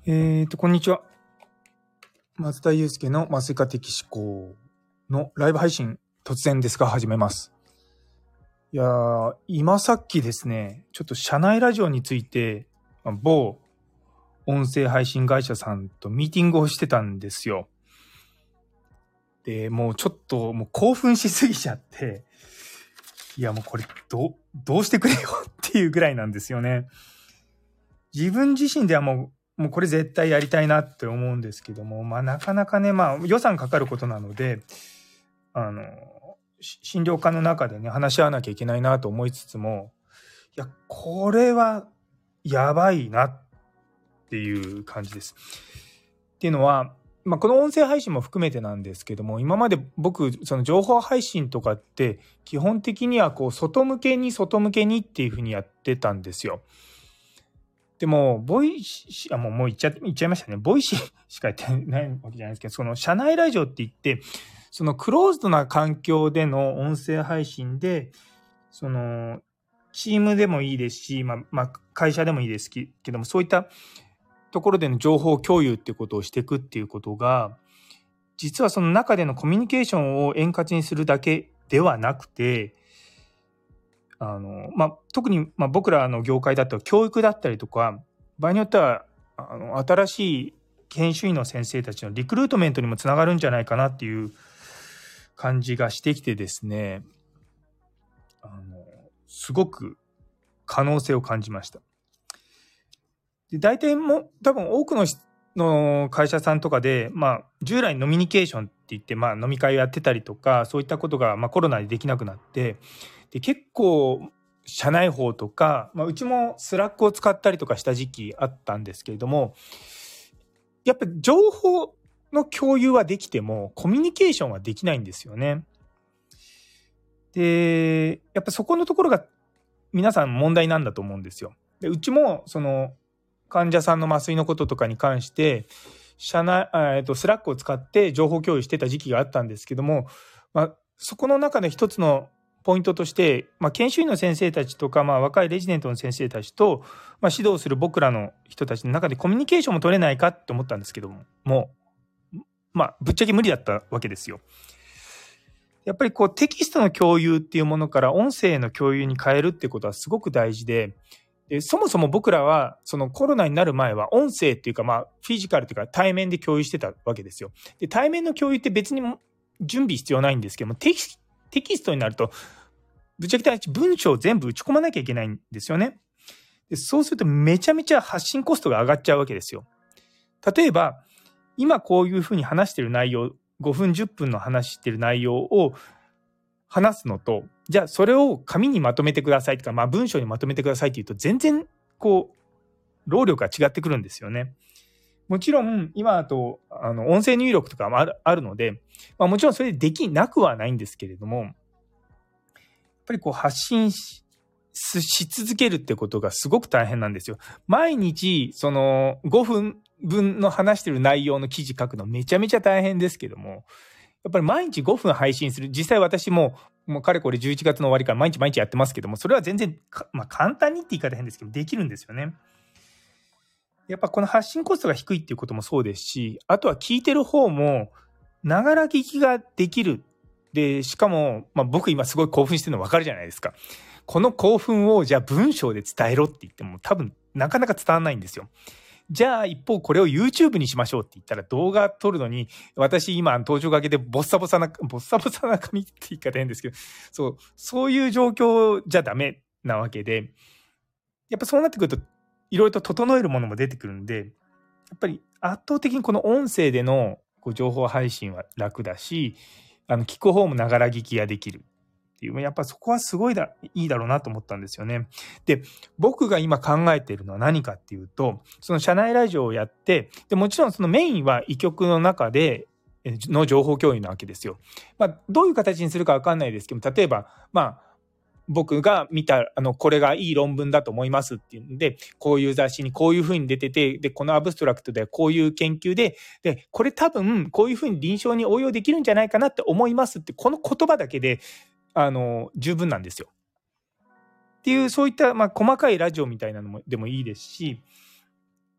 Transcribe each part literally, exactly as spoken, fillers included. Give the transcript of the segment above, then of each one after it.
えーと、こんにちは。松田祐介の麻酔科的思考のライブ配信、突然ですが始めます。いやー、今さっきですね、ちょっと社内ラジオについて、某音声配信会社さんとミーティングをしてたんですよ。で、もうちょっともう興奮しすぎちゃって、いやもうこれど、どうしてくれよっていうぐらいなんですよね。自分自身ではもうもうこれ絶対やりたいなって思うんですけども、まあなかなかね、まあ予算かかることなので、あの、診療科の中でね、話し合わなきゃいけないなと思いつつも、いや、これはやばいなっていう感じです。っていうのは、まあこの音声配信も含めてなんですけども、今まで僕、その情報配信とかって基本的にはこう外向けに外向けにっていうふうにやってたんですよ。でも、ボイシー、あ、もう、もう言っちゃ、言っちゃいましたね。ボイシーしかやってないわけじゃないですけど、その、社内ラジオって言って、その、クローズドな環境での音声配信で、その、チームでもいいですし、まあ、まあ、会社でもいいですけども、そういったところでの情報共有っていうことをしていくっていうことが、実はその中でのコミュニケーションを円滑にするだけではなくて、あのまあ、特に、まあ、僕らの業界だと教育だったりとか、場合によってはあの新しい研修医の先生たちのリクルートメントにもつながるんじゃないかなっていう感じがしてきてですね、あのすごく可能性を感じました。で、大体も多分多くのの会社さんとかで、まあ、従来ノミニケーションって言って、まあ、飲み会をやってたりとか、そういったことが、まあ、コロナでできなくなって、で結構社内法とか、まあ、うちもスラックを使ったりとかした時期あったんですけれども、やっぱり情報の共有はできてもコミュニケーションはできないんですよね。で、やっぱそこのところが皆さん問題なんだと思うんですよ。で、うちもその患者さんの麻酔のこととかに関して社内、えっと、スラックを使って情報共有してた時期があったんですけども、まあ、そこの中で一つのポイントとして、まあ、研修医の先生たちとか、まあ、若いレジデントの先生たちと、まあ、指導する僕らの人たちの中でコミュニケーションも取れないかって思ったんですけども、もう、まあ、ぶっちゃけ無理だったわけですよ。やっぱりこうテキストの共有っていうものから音声の共有に変えるってことはすごく大事で、でそもそも僕らはそのコロナになる前は音声っていうか、まあフィジカルっていうか対面で共有してたわけですよ。で、対面の共有って別に準備必要ないんですけども、テキテキストになるとぶっちゃけ文章を全部打ち込まなきゃいけないんですよね。で、そうするとめちゃめちゃ発信コストが上がっちゃうわけですよ。例えば今こういうふうに話してる内容、ごふんじゅっぷんの話してる内容を話すのと、じゃあそれを紙にまとめてくださいとか、まあ文章にまとめてくださいっていうと全然こう労力が違ってくるんですよね。もちろん今だとあの音声入力とかもある、あるので、まあ、もちろんそれでできなくはないんですけれども、やっぱりこう発信しし続けるってことがすごく大変なんですよ。毎日そのごふんぶんの話してる内容の記事書くのめちゃめちゃ大変ですけども、やっぱり毎日ごふん配信する、実際私ももうかれこれじゅういちがつの終わりから毎日毎日やってますけども、それは全然まあ簡単にって言い方変ですけどできるんですよね。やっぱこの発信コストが低いっていうこともそうですし、あとは聞いてる方もながら聞きができる。で、しかも、まあ、僕今すごい興奮してるの分かるじゃないですか。この興奮をじゃあ文章で伝えろって言っても多分なかなか伝わらないんですよ。じゃあ一方これを YouTube にしましょうって言ったら動画撮るのに、私今登場かけでボッサボサな、ボッサボサな髪って言い方変ですけど、そう、そういう状況じゃダメなわけで、やっぱそうなってくるといろいろと整えるものも出てくるんで、やっぱり圧倒的にこの音声でのこう情報配信は楽だし、あの聞く方もながら聞きができるっていう、やっぱそこはすごいだいいだろうなと思ったんですよね。で、僕が今考えているのは何かっていうと、その社内ラジオをやって、でもちろんそのメインは医局の中での情報共有なわけですよ。まあ、どういう形にするか分かんないですけど、例えばまあ僕が見たあのこれがいい論文だと思いますっていうんで、こういう雑誌にこういうふうに出てて、でこのアブストラクトでこういう研究で、でこれ多分こういうふうに臨床に応用できるんじゃないかなって思いますって、この言葉だけであの十分なんですよ。っていうそういった、まあ、細かいラジオみたいなのもでもいいですし、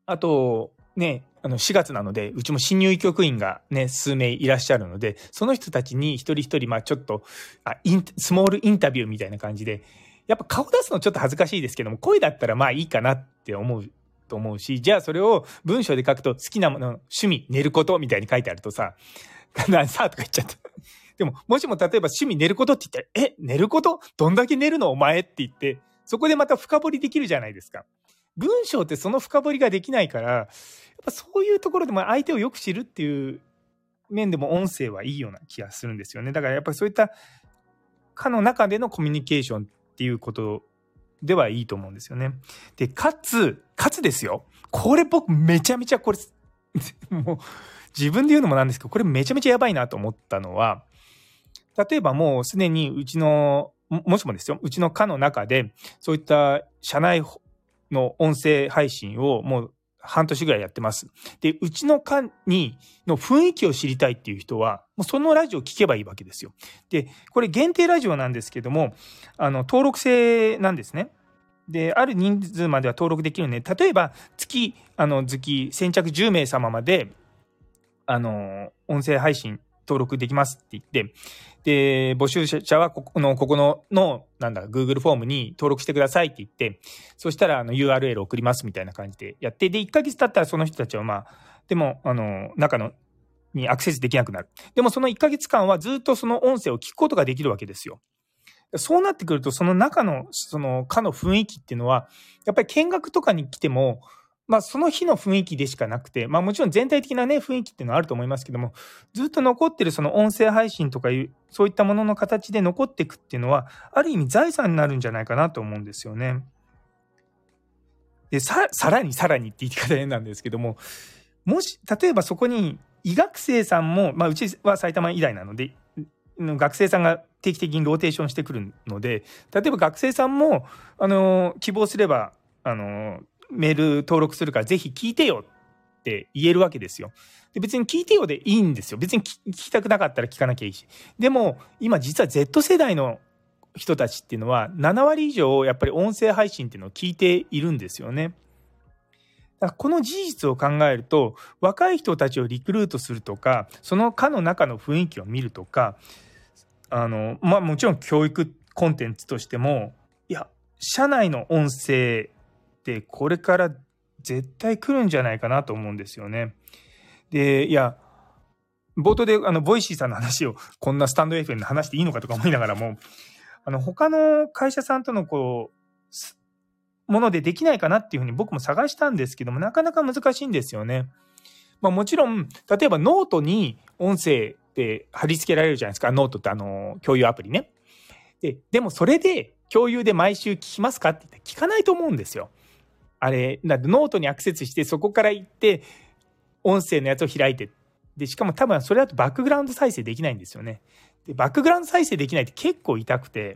あと、ね、あのしがつなので、うちも新入局員がね、数名いらっしゃるので、その人たちに一人一人、まあちょっとあイン、スモールインタビューみたいな感じで、やっぱ顔出すのちょっと恥ずかしいですけども、声だったらまあいいかなって思うと思うし、じゃあそれを文章で書くと、好きなもの、趣味、寝ることみたいに書いてあるとさ、なさあとか言っちゃった。でも、もしも例えば趣味寝ることって言ったら、え、寝ることどんだけ寝るのお前って言って、そこでまた深掘りできるじゃないですか。文章ってその深掘りができないから、やっぱそういうところでも相手をよく知るっていう面でも音声はいいような気がするんですよね。だからやっぱりそういった課の中でのコミュニケーションっていうことではいいと思うんですよね。で、かつ、かつですよ。これ僕めちゃめちゃこれ、もう自分で言うのもなんですけど、これめちゃめちゃやばいなと思ったのは、例えばもうすでにうちの、もしもですよ、うちの課の中で、そういった社内の音声配信をもう半年ぐらいやってます。で、うちの課にの雰囲気を知りたいっていう人は、もうそのラジオを聞けばいいわけですよ。で、これ限定ラジオなんですけども、あの、登録制なんですね。で、ある人数までは登録できるので、例えば月、あの、月先着じゅうめい様まで、あの、音声配信登録できますって言って、で、募集者はここの、ここの、の、なんだ、Google フォームに登録してくださいって言って、そしたら、あの、ユーアールエル 送りますみたいな感じでやって、で、いっかげつ経ったらその人たちは、まあ、でも、あの、中の、にアクセスできなくなる。でも、そのいっかげつかんはずっとその音声を聞くことができるわけですよ。そうなってくると、その中の、その、課の雰囲気っていうのは、やっぱり見学とかに来ても、まあ、その日の雰囲気でしかなくて、まあもちろん全体的なね、雰囲気っていうのはあると思いますけども、ずっと残ってるその音声配信とかいう、そういったものの形で残っていくっていうのは、ある意味財産になるんじゃないかなと思うんですよね。で、さ、さらにさらにって言い方変なんですけども、もし、例えばそこに医学生さんも、まあうちは埼玉医大なので、学生さんが定期的にローテーションしてくるので、例えば学生さんも、あの、希望すれば、あの、メール登録するからぜひ聞いてよって言えるわけですよ。で、別に聞いてよでいいんですよ。別に聞きたくなかったら聞かなきゃいいし。でも、今実は Z 世代の人たちっていうのはななわり以上やっぱり音声配信っていうのを聞いているんですよね。だからこの事実を考えると、若い人たちをリクルートするとか、その課の中の雰囲気を見るとか、あの、まあもちろん教育コンテンツとしても、いや、社内の音声ってこれから絶対来るんじゃないかなと思うんですよね。で、いや、冒頭であの、ボイシーさんの話をこんなスタンド エフエム で話していいのかとか思いながらも、あの、他の会社さんとのこう、ものでできないかなっていうふうに僕も探したんですけども、なかなか難しいんですよね。まあもちろん、例えばノートに音声って貼り付けられるじゃないですか。ノートってあの、共有アプリね。で、でもそれで共有で毎週聞きますかって言ったら聞かないと思うんですよ。あれ、だってノートにアクセスしてそこから行って音声のやつを開いて、で、しかも多分それだとバックグラウンド再生できないんですよね。で、バックグラウンド再生できないって結構痛くて、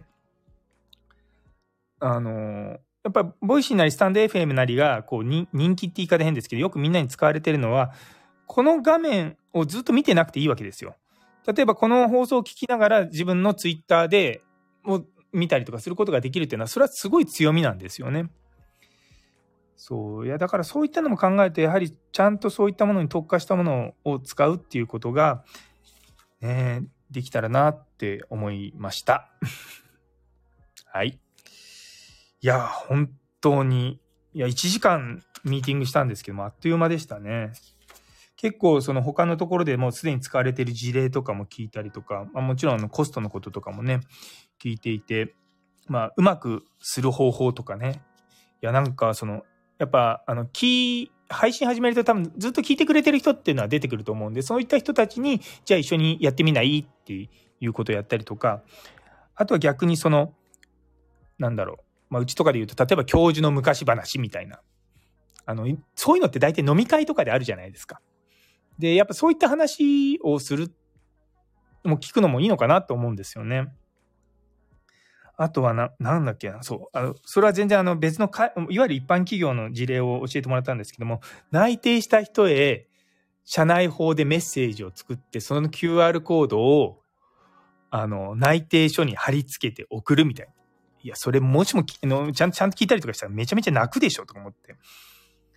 あの、やっぱボイシーなりスタンド エフエム なりがこう人気って言い方変ですけど、よくみんなに使われてるのは、この画面をずっと見てなくていいわけですよ。例えばこの放送を聞きながら自分のツイッターでも見たりとかすることができるっていうのは、それはすごい強みなんですよね。そう。いや、だからそういったのも考えて、やはりちゃんとそういったものに特化したものを使うっていうことが、ね、できたらなって思いました。はい。いや、本当に、いや、いちじかんミーティングしたんですけども、あっという間でしたね。結構その他のところでもうすでに使われている事例とかも聞いたりとか、まあ、もちろんあのコストのこととかもね、聞いていて、まあ、うまくする方法とかね。いや、なんかその、やっぱ、あの、キー、配信始めると多分ずっと聞いてくれてる人っていうのは出てくると思うんで、そういった人たちに、じゃあ一緒にやってみないっていうことをやったりとか、あとは逆にその、なんだろう、まあ、うちとかで言うと、例えば教授の昔話みたいな。あの、そういうのって大体飲み会とかであるじゃないですか。で、やっぱそういった話をする、も聞くのもいいのかなと思うんですよね。あとはな、なんだっけな、そう。あの、それは全然あの別のか、いわゆる一般企業の事例を教えてもらったんですけども、内定した人へ社内法でメッセージを作って、その キューアール コードを、あの、内定書に貼り付けて送るみたいな。いや、それもしも、あのちゃん、ちゃんと聞いたりとかしたらめちゃめちゃ泣くでしょとか思って。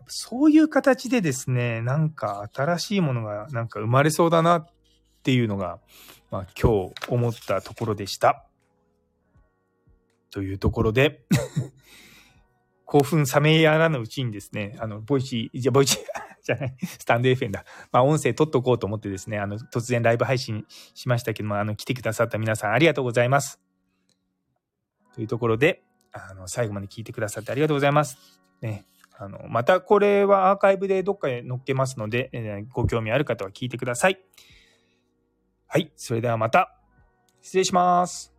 そういう形でですね、なんか新しいものがなんか生まれそうだなっていうのが、まあ、今日思ったところでした。というところで、興奮冷めやらぬうちにですね、あの、ボイシー、じゃ、ボイシー、じゃない、スタンド エフエム だ。まあ、音声取っとこうと思ってですね、あの、突然ライブ配信しましたけども、あの、来てくださった皆さんありがとうございます。というところで、あの、最後まで聞いてくださってありがとうございます。ね。あの、またこれはアーカイブでどっかへ載っけますので、えー、ご興味ある方は聞いてください。はい。それではまた。失礼します。